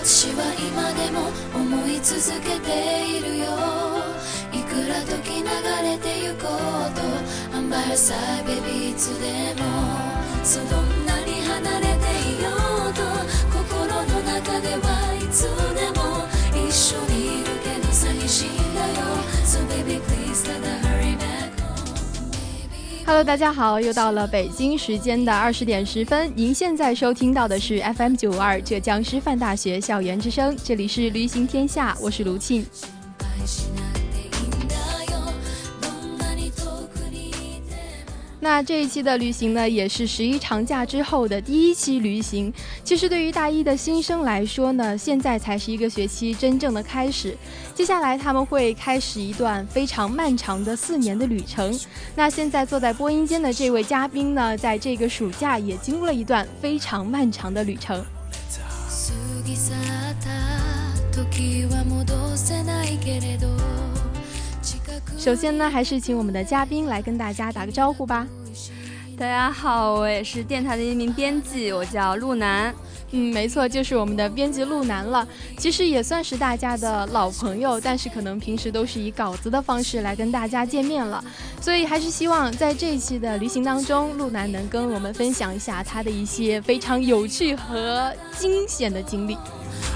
私は今でも思い続けているよいくら時流れてゆこうと I'm by your side baby いつでもそうどんなに離れていようと心の中ではいつでも一緒にいるけど寂しいんだよ So baby please let her hurry back Hello， 大家好，又到了北京时间的20点10分，您现在收听到的是 FM 92浙江师范大学校园之声，这里是旅行天下，我是卢沁。那这一期的旅行呢，也是11长假之后的第一期旅行。其实对于大一的新生来说呢，现在才是一个学期真正的开始。接下来他们会开始一段非常漫长的4年的旅程。那现在坐在播音间的这位嘉宾呢，在这个暑假也经历了一段非常漫长的旅程。首先呢，还是请我们的嘉宾来跟大家打个招呼吧。 大家好，我也是电台的一名编辑，我叫陆楠。 没错，就是我们的编辑陆楠了。其实也算是大家的老朋友，但是可能平时都是以稿子的方式来跟大家见面了，所以还是希望在这一期的旅行当中，陆楠能跟我们分享一下他的一些非常有趣和惊险的经历。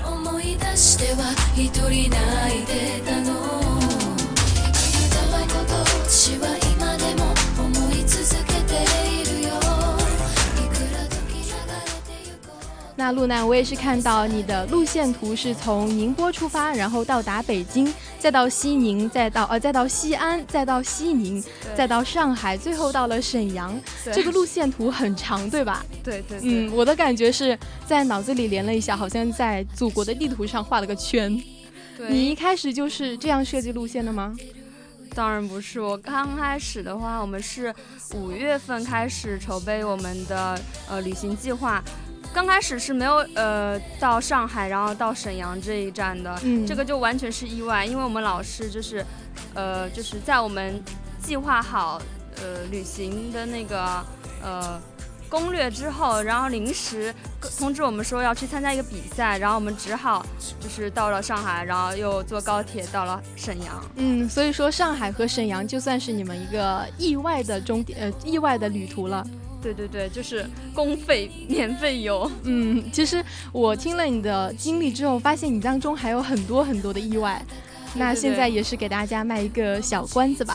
那陆楠，我也是看到你的路线图是从宁波出发，然后到达北京，再到西宁，再到西安，再到西宁，再到上海，最后到了沈阳。这个路线图很长，对吧？ 对对对。 我的感觉是在脑子里连了一下，好像在祖国的地图上画了个圈。 对。 你一开始就是这样设计路线的吗？ 当然不是，我刚开始的话，我们是5月份开始筹备我们的旅行计划。刚开始是没有到上海，然后到沈阳这一站的，这个就完全是意外，因为我们老师就是在我们计划好旅行的那个攻略之后，然后临时通知我们说要去参加一个比赛，然后我们只好就是到了上海，然后又坐高铁到了沈阳。 所以说上海和沈阳就算是你们一个意外的意外的旅途了。 对对对，就是公费免费游。 其实我听了你的经历之后，发现你当中还有很多很多的意外。那现在也是给大家卖一个小关子吧。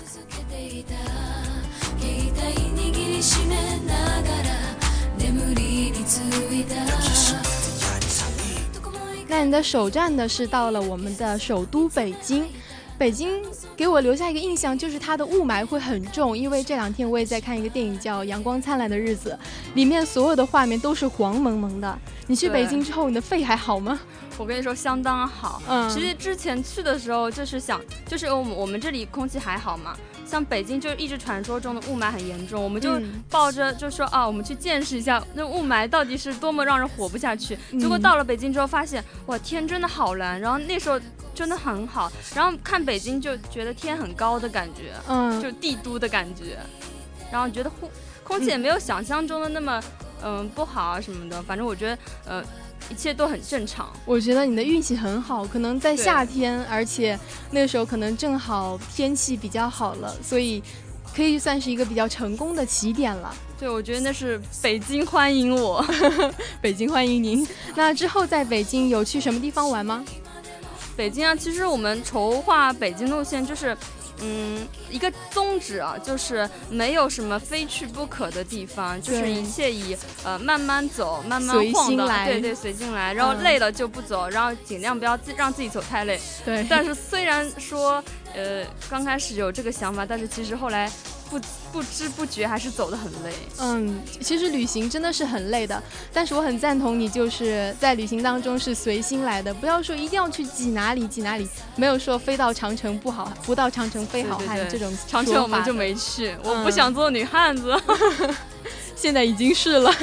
那你的首站的是到了我们的首都北京。北京给我留下一个印象，就是它的雾霾会很重，因为这2天我也在看一个电影叫《阳光灿烂的日子》，里面所有的画面都是黄蒙蒙的。你去北京之后，你的肺还好吗？ 我跟你说相当好。其实之前去的时候就是我们这里空气还好嘛，像北京就是一直传说中的雾霾很严重，我们就抱着就说我们去见识一下那雾霾到底是多么让人活不下去。结果到了北京之后发现，哇，天真的好蓝，然后那时候真的很好，然后看北京就觉得天很高的感觉，就帝都的感觉，然后觉得空气也没有想象中的那么不好啊什么的，反正我觉得一切都很正常。 我觉得你的运气很好，可能在夏天，而且那个时候可能正好天气比较好了，所以可以算是一个比较成功的起点了。 对，我觉得那是北京欢迎我。 北京欢迎您。那之后在北京有去什么地方玩吗？ 北京啊，其实我们筹划北京路线就是一个宗旨啊，就是没有什么非去不可的地方，就是一切以慢慢走，慢慢晃的，对对，随性来，然后累了就不走，然后尽量不要让自己走太累。 对。 但是虽然说刚开始有这个想法，但是其实后来不知不觉还是走得很累。 其实旅行真的是很累的，但是我很赞同你，就是在旅行当中是随心来的，不要说一定要去挤哪里，没有说飞到长城不好，不到长城非好汉这种说法。 长城我们就没去，我不想做女汉子。 现在已经是了。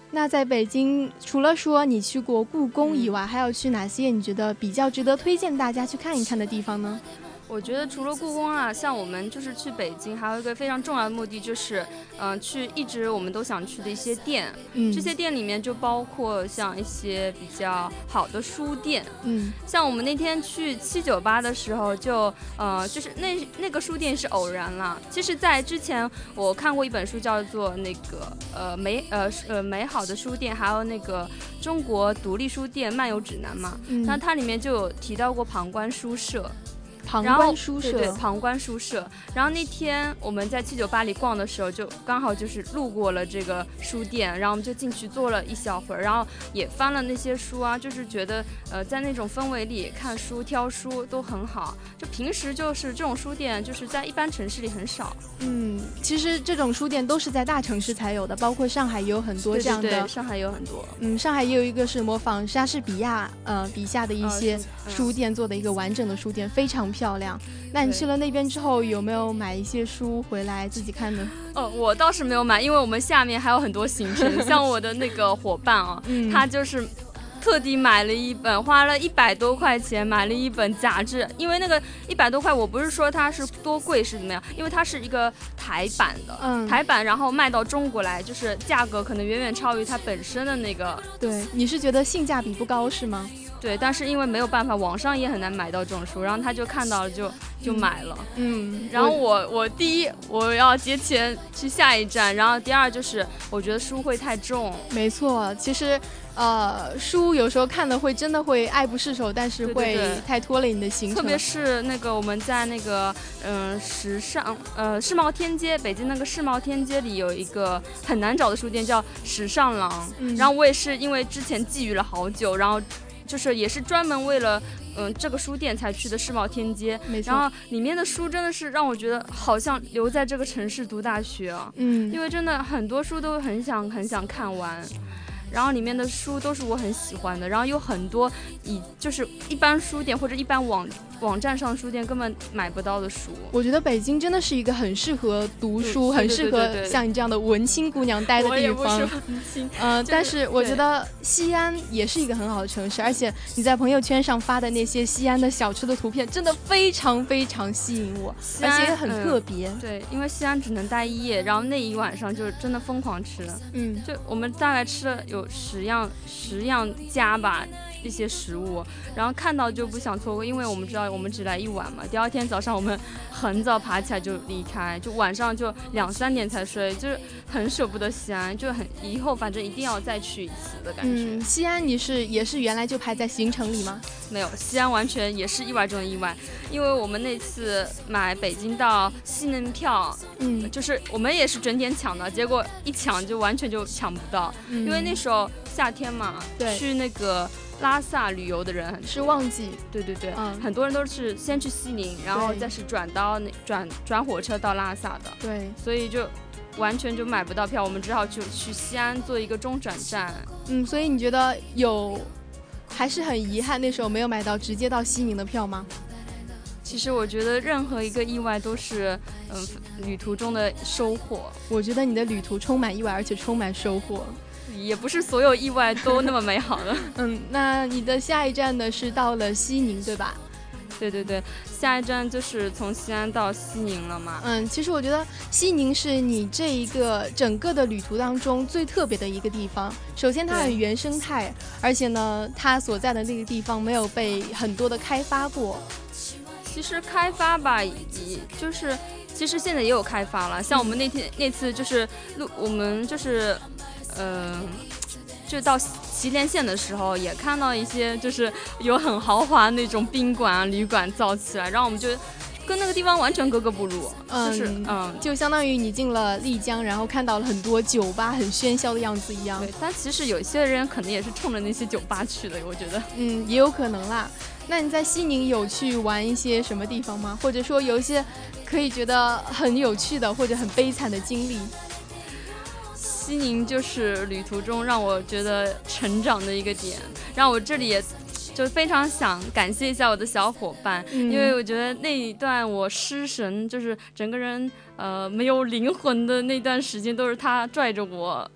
那在北京，除了说你去过故宫以外，还有去哪些你觉得比较值得推荐大家去看一看的地方呢？ 我觉得除了故宫啊，像我们就是去北京，还有一个非常重要的目的就是，去一直我们都想去的一些店。这些店里面就包括像一些比较好的书店。像我们那天去798的时候就是那个书店是偶然了。其实，在之前我看过一本书，叫做那个美好的书店，还有那个中国独立书店漫游指南嘛。那它里面就有提到过旁观书社。 旁观书社， 对，旁观书社。然后那天我们在798里逛的时候，就刚好就是路过了这个书店，然后我们就进去坐了一小会儿，然后也翻了那些书啊，就是觉得在那种氛围里看书挑书都很好。就平时就是这种书店，就是在一般城市里很少。 其实这种书店都是在大城市才有的，包括上海也有很多这样的。 对，上海也有很多。 上海也有一个是模仿莎士比亚笔下的一些书店做的一个完整的书店，非常漂亮。那你去了那边之后，有没有买一些书回来自己看呢？ 我倒是没有买，因为我们下面还有很多行程。像我的那个伙伴啊，他就是特地买了一本，花了100多块钱买了一本杂志。因为那个100多块，我不是说它是多贵是怎么样，因为它是一个台版的，台版，然后卖到中国来，就是价格可能远远超于它本身的那个。 对，你是觉得性价比不高是吗？ 对，但是因为没有办法，网上也很难买到这种书，然后他就看到了就买了。然后我第一我要节钱去下一站，然后第二就是我觉得书会太重。 没错，其实书有时候看的会真的会爱不释手，但是会太拖累你的行程。 特别是那个我们在那个世贸天阶，北京那个世贸天阶里有一个很难找的书店叫时尚廊。然后我也是因为之前觊觎了好久，然后就是也是专门为了这个书店才去的世贸天阶。然后里面的书真的是让我觉得好像留在这个城市读大学啊。因为真的很多书都很想看完，然后里面的书都是我很喜欢的，然后有很多就是一般书店或者一般网站上的书店根本买不到的书。 我觉得北京真的是一个很适合读书，很适合像你这样的文青姑娘待的地方。 我也不是文青。 但是我觉得西安也是一个很好的城市，而且你在朋友圈上发的那些西安的小吃的图片真的非常非常吸引我，而且也很特别。 对，因为西安只能待1夜，然后那一晚上就真的疯狂吃。就我们大概吃了有10样加吧一些食物，然后看到就不想错过，因为我们知道我们只来一晚嘛。第二天早上我们很早爬起来就离开，就晚上就2、3点才睡，就是很舍不得西安，就以后反正一定要再去一次的感觉。 西安你也是原来就排在行程里吗？ 没有，西安完全也是意外中的意外，因为我们那次买北京到西宁票，就是我们也是准点抢的，结果一抢就完全就抢不到，因为那时候夏天嘛，去那个拉萨旅游的人是旺季。 对，很多人都是先去西宁，然后再是转火车到拉萨的。 对， 所以就完全就买不到票，我们只好就去西安做一个中转站。 所以你觉得还是很遗憾那时候没有买到直接到西宁的票吗？ 其实我觉得任何一个意外都是旅途中的收获。 我觉得你的旅途充满意外，而且充满收获。 也不是所有意外都那么美好的。 那你的下一站呢是到了西宁对吧？ 对，下一站就是从西安到西宁了嘛。 其实我觉得西宁是你这一个整个的旅途当中最特别的一个地方。首先它很原生态，而且呢它所在的那个地方没有被很多的开发过。 其实开发吧，就是其实现在也有开发了。像我们那次就是我们就是就到祁连县的时候，也看到一些就是有很豪华那种宾馆啊、旅馆造起来，然后我们就跟那个地方完全格格不入。 就相当于你进了丽江，然后看到了很多酒吧很喧嚣的样子一样。 对，但其实有些人可能也是冲着那些酒吧去的，我觉得。 也有可能啦。那你在西宁有去玩一些什么地方吗？或者说有一些可以觉得很有趣的或者很悲惨的经历？ 西宁就是旅途中让我觉得成长的一个点，然后我这里也就非常想感谢一下我的小伙伴，因为我觉得那一段我失神，就是整个人没有灵魂的那段时间都是他拽着我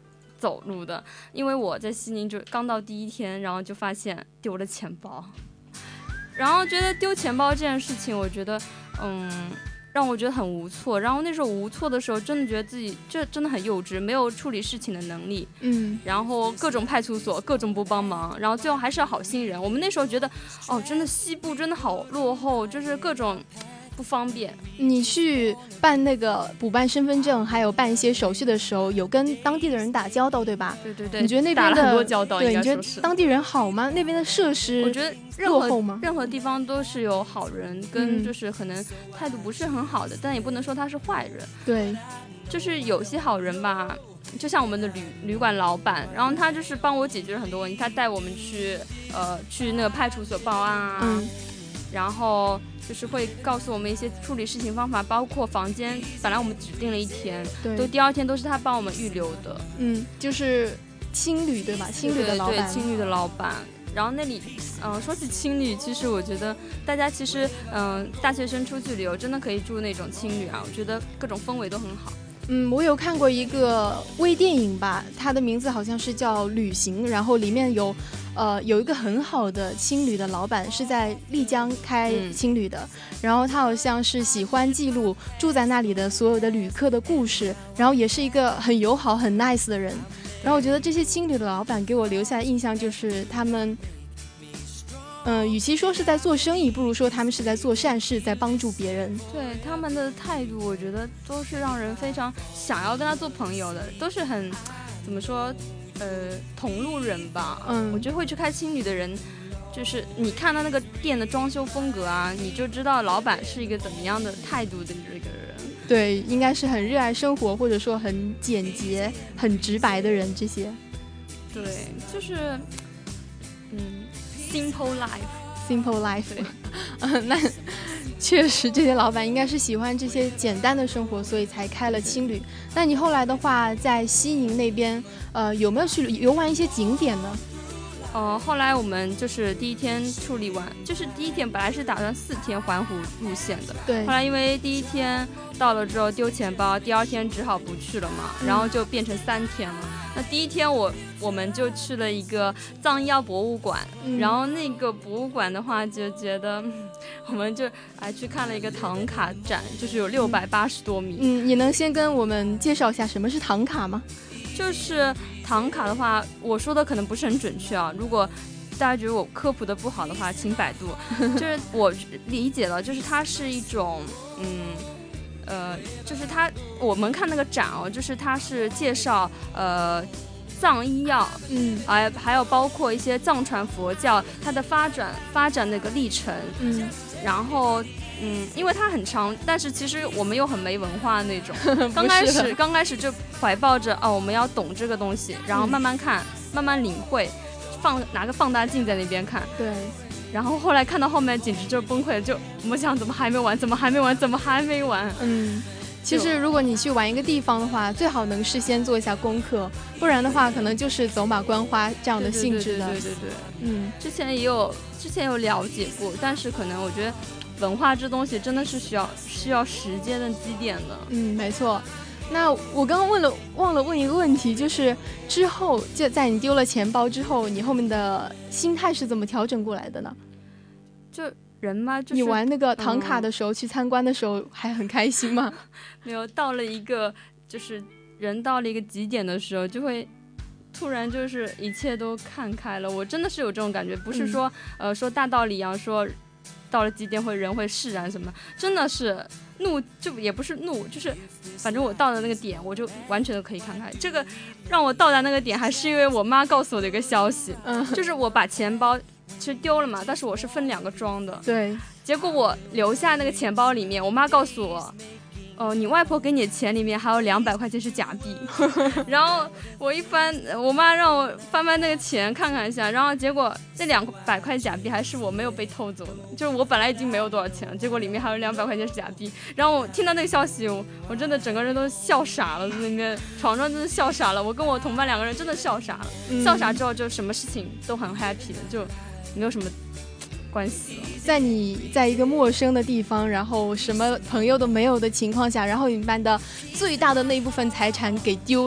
走路的，因为我在西宁就刚到第1天，然后就发现丢了钱包，然后觉得丢钱包这件事情，我觉得让我觉得很无措，然后那时候无措的时候，真的觉得自己这真的很幼稚，没有处理事情的能力，然后各种派出所，各种不帮忙，然后最后还是好心人。我们那时候觉得，真的西部真的好落后，就是各种不方便。 你去办那个补办身份证，还有办一些手续的时候，有跟当地的人打交道，对吧？ 对对对。 你觉得那边打了很多交道， 对，你觉得当地人好吗？那边的设施我觉得落后吗？ 任何地方都是有好人跟就是可能态度不是很好的，但也不能说他是坏人。 对， 就是有些好人吧，就像我们的旅馆老板，然后他就是帮我解决了很多问题，他带我们去那个派出所报案啊，然后就是会告诉我们一些处理事情方法，包括房间本来我们只定了1天，都第2天都是他帮我们预留的。 就是青旅对吧？青旅的老板， 对，青旅的老板。然后那里，说起青旅，其实我觉得大家其实，大学生出去旅游真的可以住那种青旅啊，我觉得各种氛围都很好。 我有看过一个微电影吧，它的名字好像是叫《旅行》，然后里面有一个很好的青旅的老板是在丽江开青旅的，然后他好像是喜欢记录住在那里的所有的旅客的故事，然后也是一个很友好很 nice 的人。然后我觉得这些青旅的老板给我留下的印象就是他们与其说是在做生意，不如说他们是在做善事，在帮助别人。 对，他们的态度我觉得都是让人非常想要跟他做朋友的，都是很怎么说同路人吧。我觉得会去开青旅的人，就是你看到那个店的装修风格啊，你就知道老板是一个怎么样的态度的这个人。 对，应该是很热爱生活，或者说很简洁很直白的人。这些对，就是simple life。 那确实这些老板应该是喜欢这些简单的生活，所以才开了青旅。那你后来的话在西宁那边有没有去游玩一些景点呢？ 后来我们就是第1天处理完，就是第1天本来是打算4天环湖路线的， 对。 后来因为第1天到了之后丢钱包，第2天只好不去了嘛，然后就变成3天了。那第1天我们就去了一个藏医药博物馆，然后那个博物馆的话就觉得，我们就还去看了一个唐卡展，就是有680多米。 你能先跟我们介绍一下什么是唐卡吗？ 就是唐卡的话，我说的可能不是很准确啊，如果大家觉得我科普的不好的话，请百度。就是我理解了，就是它是一种就是我们看那个展哦，就是它是介绍藏医药，还有包括一些藏传佛教它的发展那个历程，然后因为它很长，但是其实我们又很没文化那种。刚开始就怀抱着我们要懂这个东西，然后慢慢看，慢慢领会，拿个放大镜在那边看。 对。 然后后来看到后面简直就崩溃了，就我们想怎么还没完？ 其实如果你去玩一个地方的话，最好能事先做一下功课，不然的话可能就是走马观花这样的性质的。 对。之前有了解过，但是可能我觉得文化这东西真的是需要时间的积淀的。 没错。那我刚刚忘了问一个问题，就是之后就在你丢了钱包之后，你后面的心态是怎么调整过来的呢？ 就人嘛，就是你玩那个唐卡的时候，去参观的时候还很开心吗？ 没有，到了一个就是人到了一个极点的时候，就会突然就是一切都看开了。我真的是有这种感觉，不是说说大道理一样，说到了极点人会释然什么，真的是怒，就也不是怒，就是反正我到了那个点，我就完全都可以看开。这个让我到达那个点，还是因为我妈告诉我的一个消息，就是我把钱包其实丢了嘛，但是我是分2个装的。 对。 结果我留下那个钱包里面，我妈告诉我，你外婆给你的钱里面还有200块钱是假币。然后我一翻，我妈让我翻那个钱看看一下，然后结果那200块假币还是我没有被偷走的，就是我本来已经没有多少钱了，结果里面还有200块钱是假币。然后我听到那个消息，我真的整个人都笑傻了，在那边床上真的笑傻了。我跟我同伴2个人真的笑傻了，笑傻之后就什么事情都很 happy 的，就没有什么关系了。 在你在一个陌生的地方，然后什么朋友都没有的情况下，然后你们班的最大的那一部分财产给丢了，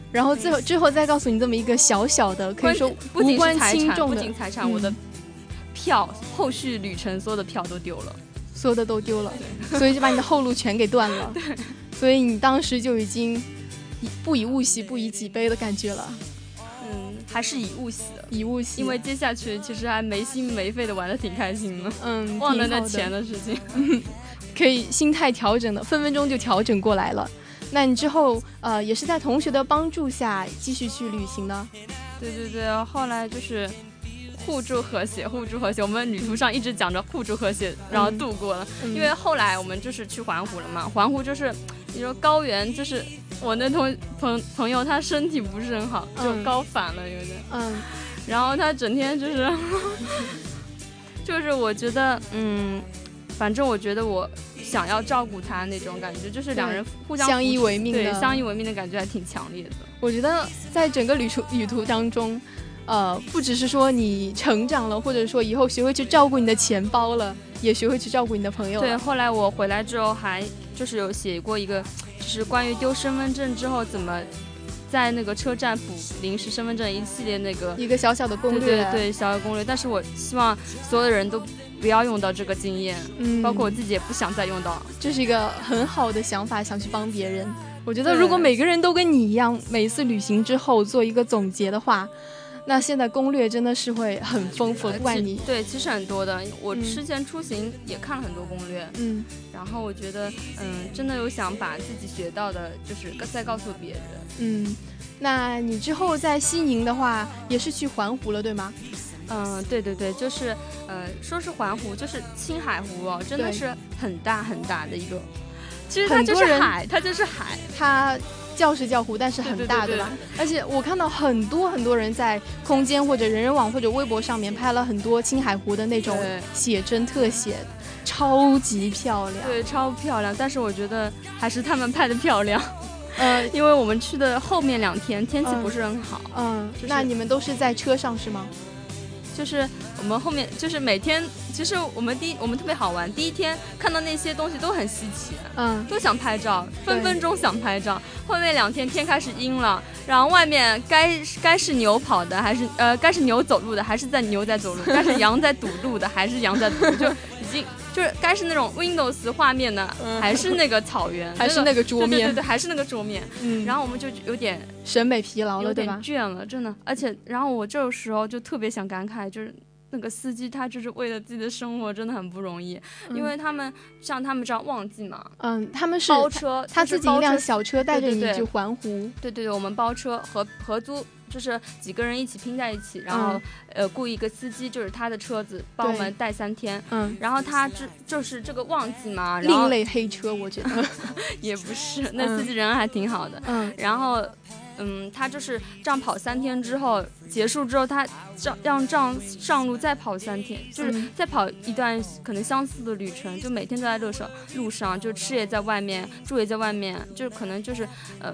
然后之后再告诉你这么一个小小的，可以说无关轻重的， 不仅财产，我的票，后续旅程所有的票都丢了， 所有的都丢了，所以就把你的后路全给断了。 对， 所以你当时就已经不以物喜，不以己悲的感觉了。 还是以物喜的， 以物喜， 因为接下去其实还没心没肺的玩得挺开心的，忘了那钱的事情， 可以心态调整的，分分钟就调整过来了。那你之后也是在同学的帮助下继续去旅行呢？ 对对对，后来就是互助和谐，我们旅途上一直讲着互助和谐，然后度过了。因为后来我们就是去环湖了嘛，环湖就是你说高原，就是我那朋友他身体不是很好，就高反了有点，然后他整天就是就是我觉得反正我觉得我想要照顾他那种感觉，就是两人互相相依为命的， 对，相依为命的感觉还挺强烈的。 我觉得在整个旅途当中，不只是说你成长了，或者说以后学会去照顾你的钱包了，也学会去照顾你的朋友了。 对，后来我回来之后还就是有写过一个，就是关于丢身份证之后怎么在那个车站补临时身份证一系列那个一个小小的攻略， 对小小攻略。但是我希望所有的人都不要用到这个经验，包括我自己也不想再用到。 这是一个很好的想法，想去帮别人。我觉得如果每个人都跟你一样，每一次旅行之后做一个总结的话，那现在攻略真的是会很丰富，不管你对，其实很多的。我之前出行也看了很多攻略，然后我觉得真的有想把自己学到的，就是再告诉别人。 那你之后在西宁的话，也是去环湖了，对吗？ 对对对，就是说是环湖，就是青海湖哦，真的是很大很大的一个。其实它就是海， 它叫是叫湖，但是很大，对吧？而且我看到很多人在空间或者人人网或者微博上面拍了很多青海湖的那种写真特写，超级漂亮。 对，超漂亮。但是我觉得还是他们拍的漂亮。因为我们去的后面2天天气不是很好。 那你们都是在车上是吗？ 就是我们后面就是每天，其实我们特别好玩。第一天看到那些东西都很稀奇，都想拍照，分分钟想拍照。后面2天天开始阴了，然后外面该是牛跑的还是该是牛走路的还是牛在走路，该是羊在堵路的还是羊在堵路，就已经就是该是那种 Windows 画面的还是那个草原， 还是那个桌面， 对，还是那个桌面。然后我们就有点审美疲劳了，对吧？ 有点倦了，真的。而且，然后我这个时候就特别想感慨，就是那个司机他就是为了自己的生活真的很不容易，因为他们像他们这样旺季嘛， 他们是包车， 他自己一辆小车带着你去环湖， 对，我们包车合租。就是几个人一起拼在一起，然后雇一个司机，就是他的车子帮我们带3天。然后他就是这个旺季嘛， 另类黑车，我觉得也不是，那司机人还挺好的。然后他就是这样跑3天之后结束之后，他让这样上路再跑3天，就是再跑一段可能相似的旅程，就每天都在路上，就吃也在外面，住也在外面，就可能就是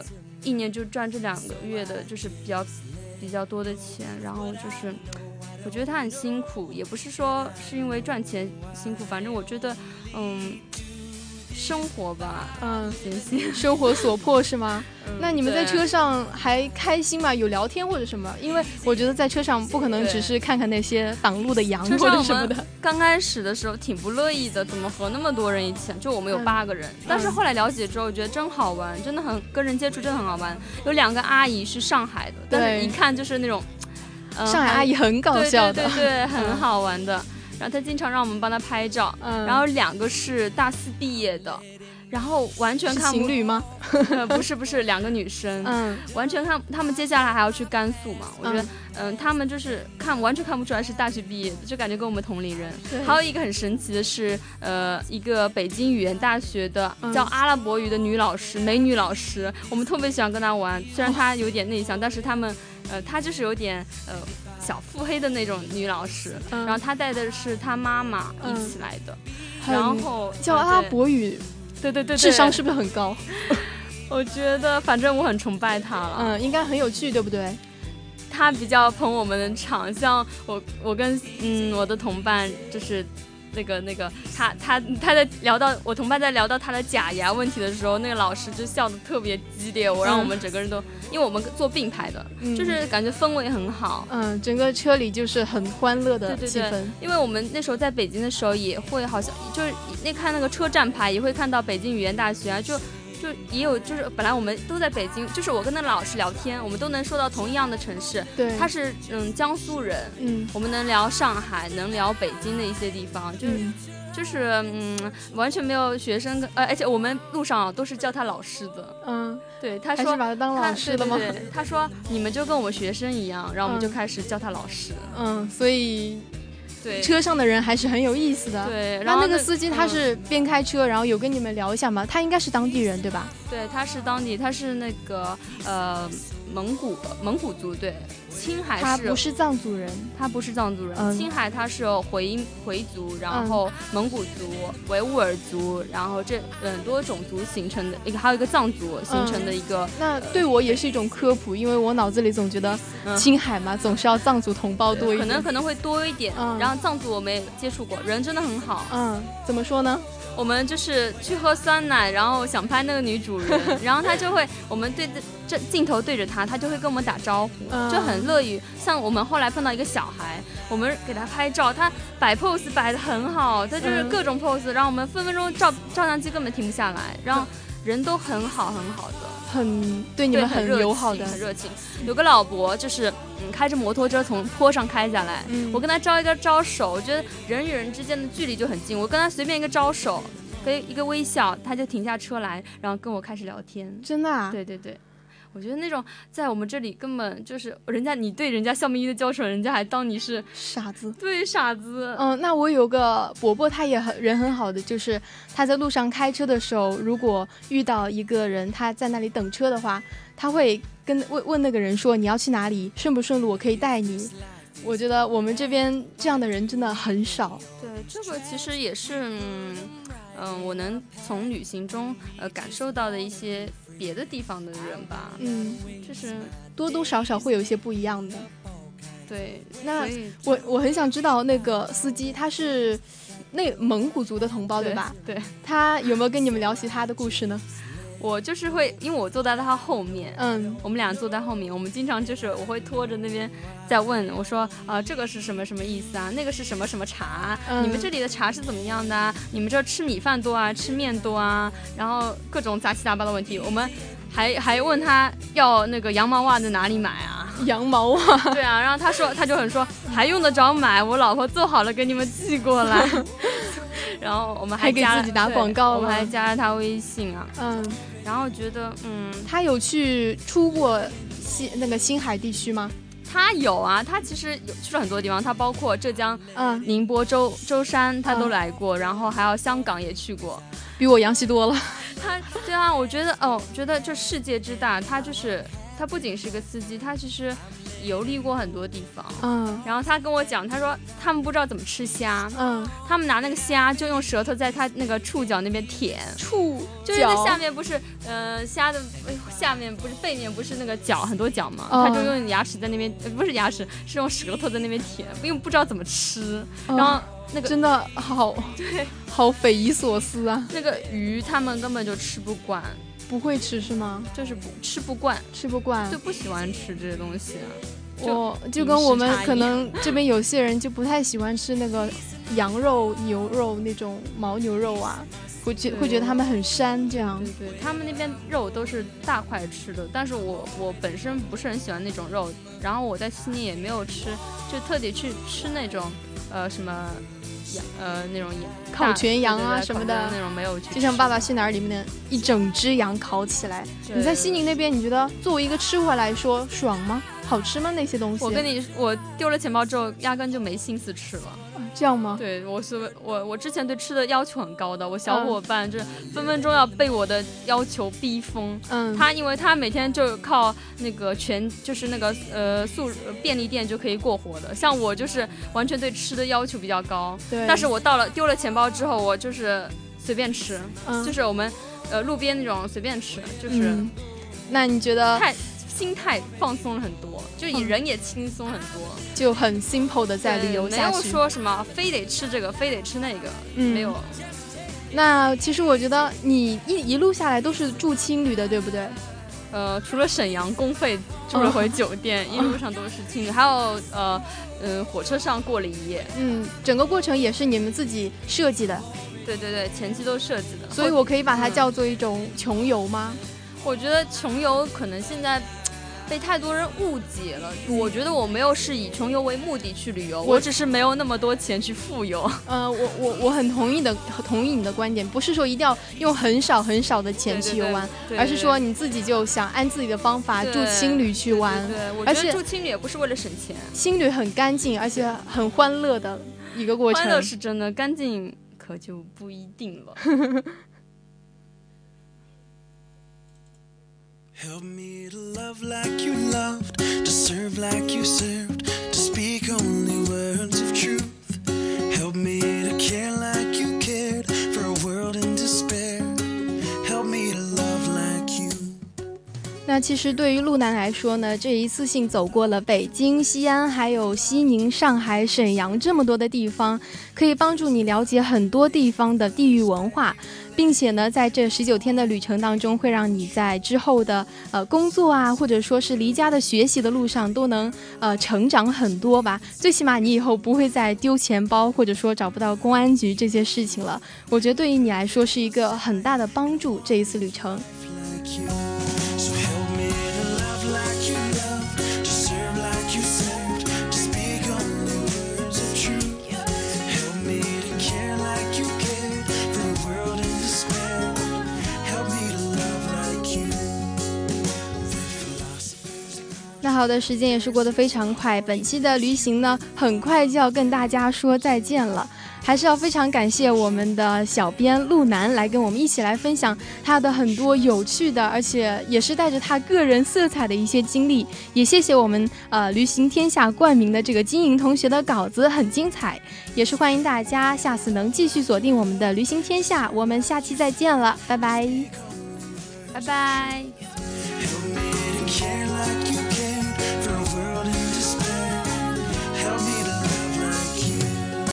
1年就赚这2个月的，就是比较多的钱。然后就是我觉得他很辛苦，也不是说是因为赚钱辛苦，反正我觉得生活吧， 生活所迫是吗？那你们在车上还开心吗？有聊天或者什么？因为我觉得在车上不可能只是看看那些挡路的羊或者什么的。 刚开始的时候挺不乐意的，怎么和那么多人一起？就我们有8个人，但是后来了解之后，我觉得真好玩，真的很跟人接触，真的很好玩。有2个阿姨是上海的，但是一看就是那种， 上海阿姨很搞笑的， 对，很好玩的。然后他经常让我们帮他拍照，然后2个是大4毕业的，然后完全看不情侣吗？ 不是2个女生，完全看他们接下来还要去甘肃嘛，我觉得他们就是完全看不出来是大学毕业的，就感觉跟我们同龄人。还有一个很神奇的是一个北京语言大学的叫阿拉伯语的美女老师，我们特别喜欢跟她玩，虽然她有点内向，但是她就是有点小腹黑的那种女老师，然后她带的是她妈妈一起来的，然后教阿拉伯语， 对， 智商是不是很高？ 我觉得反正我很崇拜她了， 应该很有趣，对不对？ 她比较捧我们的场，像我跟我的同伴就是那个他在聊到我同伴在聊到他的假牙问题的时候，那个老师就笑得特别激烈，让我们整个人都，因为我们坐并排的，就是感觉氛围很好， 整个车里就是很欢乐的气氛。 对，因为我们那时候在北京的时候也会好像就是看那个车站牌也会看到北京语言大学啊，就也有，就是本来我们都在北京，就是我跟那老师聊天，我们都能说到同一样的城市。 对， 他是江苏人，我们能聊上海，能聊北京的一些地方，就是完全没有学生而且我们路上都是叫他老师的。对，他说还是把他当老师的吗？ 对，他说你们就跟我们学生一样，然后我们就开始叫他老师。 所以。 对， 车上的人还是很有意思的。 对，然后那个司机他是边开车，然后有跟你们聊一下吗？他应该是当地人对吧？ 对，他是当地，他是那个蒙古族，对，青海是。 他不是藏族人， 青海他是有回族，然后蒙古族、维吾尔族，然后这很多种族形成的一个，还有一个藏族形成的一个。 那对我也是一种科普，因为我脑子里总觉得青海嘛，总是要藏族同胞多一点， 可能会多一点。然后藏族我们也接触过，人真的很好。 怎么说呢？ 我们就是去喝酸奶，然后想拍那个女主人，然后他就会，我们对着镜头对着他就会跟我们打招呼，就很乐于。像我们后来碰到一个小孩，我们给他拍照，他摆 pose 摆得很好，他就是各种 pose，然后我们分分钟照相机根本停不下来，然后人都很好的， 很对你们很友好的， 很热情。有个老伯就是开着摩托车从坡上开下来，我跟他招一个招手，我觉得人与人之间的距离就很近，我跟他随便一个招手，跟一个微笑，他就停下车来，然后跟我开始聊天。 真的啊？ 对，我觉得那种在我们这里根本就是你对人家笑眯眯的交手，人家还当你是傻子。 对，傻子。 那我有个伯伯，他也人很好的，就是他在路上开车的时候，如果遇到一个人他在那里等车的话，他会问那个人说你要去哪里，顺不顺路，我可以带你。我觉得我们这边这样的人真的很少。 对，这个其实也是我能从旅行中感受到的一些别的地方的人吧。就是多多少少会有一些不一样的。 对， 那我很想知道那个司机他是那蒙古族的同胞对吧？ 对， 他有没有跟你们聊起他的故事呢？ 我就是会，因为我坐在他后面，我们俩坐在后面，我们经常就是我会拖着那边在问我说这个是什么意思啊？那个是什么茶？你们这里的茶是怎么样的啊？你们这吃米饭多啊，吃面多啊？然后各种杂七杂八的问题，我们还问他要那个羊毛袜在哪里买啊？ 羊毛袜？ 对啊，然后他就很说还用得着买，我老婆做好了给你们寄过来。然后我们还给自己打广告了， 我们还加了他微信啊。然后觉得他有出过那个青海地区吗？ 他有啊，他其实去了很多地方，他包括浙江、宁波、舟山他都来过，然后还有香港也去过， 比我洋气多了。 对啊，我觉得这世界之大，他不仅是个司机，他其实游历过很多地方。然后他跟我讲，他说他们不知道怎么吃虾，他们拿那个虾就用舌头在他那个触角那边舔，就是那下面不是虾的下面不是背面不是那个角很多角吗？他就用牙齿在那边不是牙齿，是用舌头在那边舔，因为不知道怎么吃。然后那个真的好匪夷所思啊！ 那个鱼他们根本就吃不惯。 不会吃是吗？ 就是吃不惯，就不喜欢吃这些东西。 就跟我们可能这边有些人就不太喜欢吃那个羊肉、牛肉那种牦牛肉啊，会觉得他们很膻这样。 对，他们那边肉都是大块吃的，但是我本身不是很喜欢那种肉，然后我在悉尼也没有吃，就特地去吃那种什么。那种烤全羊啊什么的那种没有去， 就像《爸爸去哪儿》里面的一整只羊烤起来。你在西宁那边，你觉得作为一个吃货来说爽吗？好吃吗？那些东西？ 我丢了钱包之后，压根就没心思吃了。 这样吗？ 对，我之前对吃的要求很高的，我小伙伴就是分分钟要被我的要求逼疯。因为他每天就靠那个就是那个便利店就可以过活的，像我就是完全对吃的要求比较高。 对， 但是我丢了钱包之后，我就是随便吃，就是我们路边那种随便吃，就是。 那你觉得心态放松了很多，就人也轻松很多， 就很 simple 的在旅游下去， 没有说什么非得吃这个非得吃那个，没有。 那其实我觉得你一路下来都是住青旅的，对不对？ 除了沈阳公费住了回酒店，一路上都是青旅，还有火车上过了一夜。 整个过程也是你们自己设计的？ 对对对，前期都设计的。 所以我可以把它叫做一种穷游吗？ 我觉得穷游可能现在被太多人误解了，我觉得我没有是以穷游为目的去旅游，我只是没有那么多钱去富游。 我很同意你的观点，不是说一定要用很少很少的钱去游玩，而是说你自己就想按自己的方法住青旅去玩。 对，我觉得住青旅也不是为了省钱， 青旅很干净，而且很欢乐的一个过程。 欢乐是真的，干净可就不一定了。 Help me to love like you loved, to serve like you served, to speak only words of truth. Help me to care like you cared for a world in despair. Help me to love like you. 那其实对于路南来说呢，这一次性走过了北京、西安，还有西宁、上海、沈阳这么多的地方，可以帮助你了解很多地方的地域文化。并且呢，在这19天的旅程当中，会让你在之后的工作啊，或者说是离家的学习的路上，都能成长很多吧。最起码你以后不会再丢钱包，或者说找不到公安局这些事情了。我觉得对于你来说是一个很大的帮助，这一次旅程。那好的，时间也是过得非常快，本期的旅行呢，很快就要跟大家说再见了。还是要非常感谢我们的小编路南来跟我们一起来分享他的很多有趣的，而且也是带着他个人色彩的一些经历。也谢谢我们旅行天下冠名的这个金莹同学的稿子很精彩，也是欢迎大家下次能继续锁定我们的旅行天下，我们下期再见了，拜拜， 拜拜。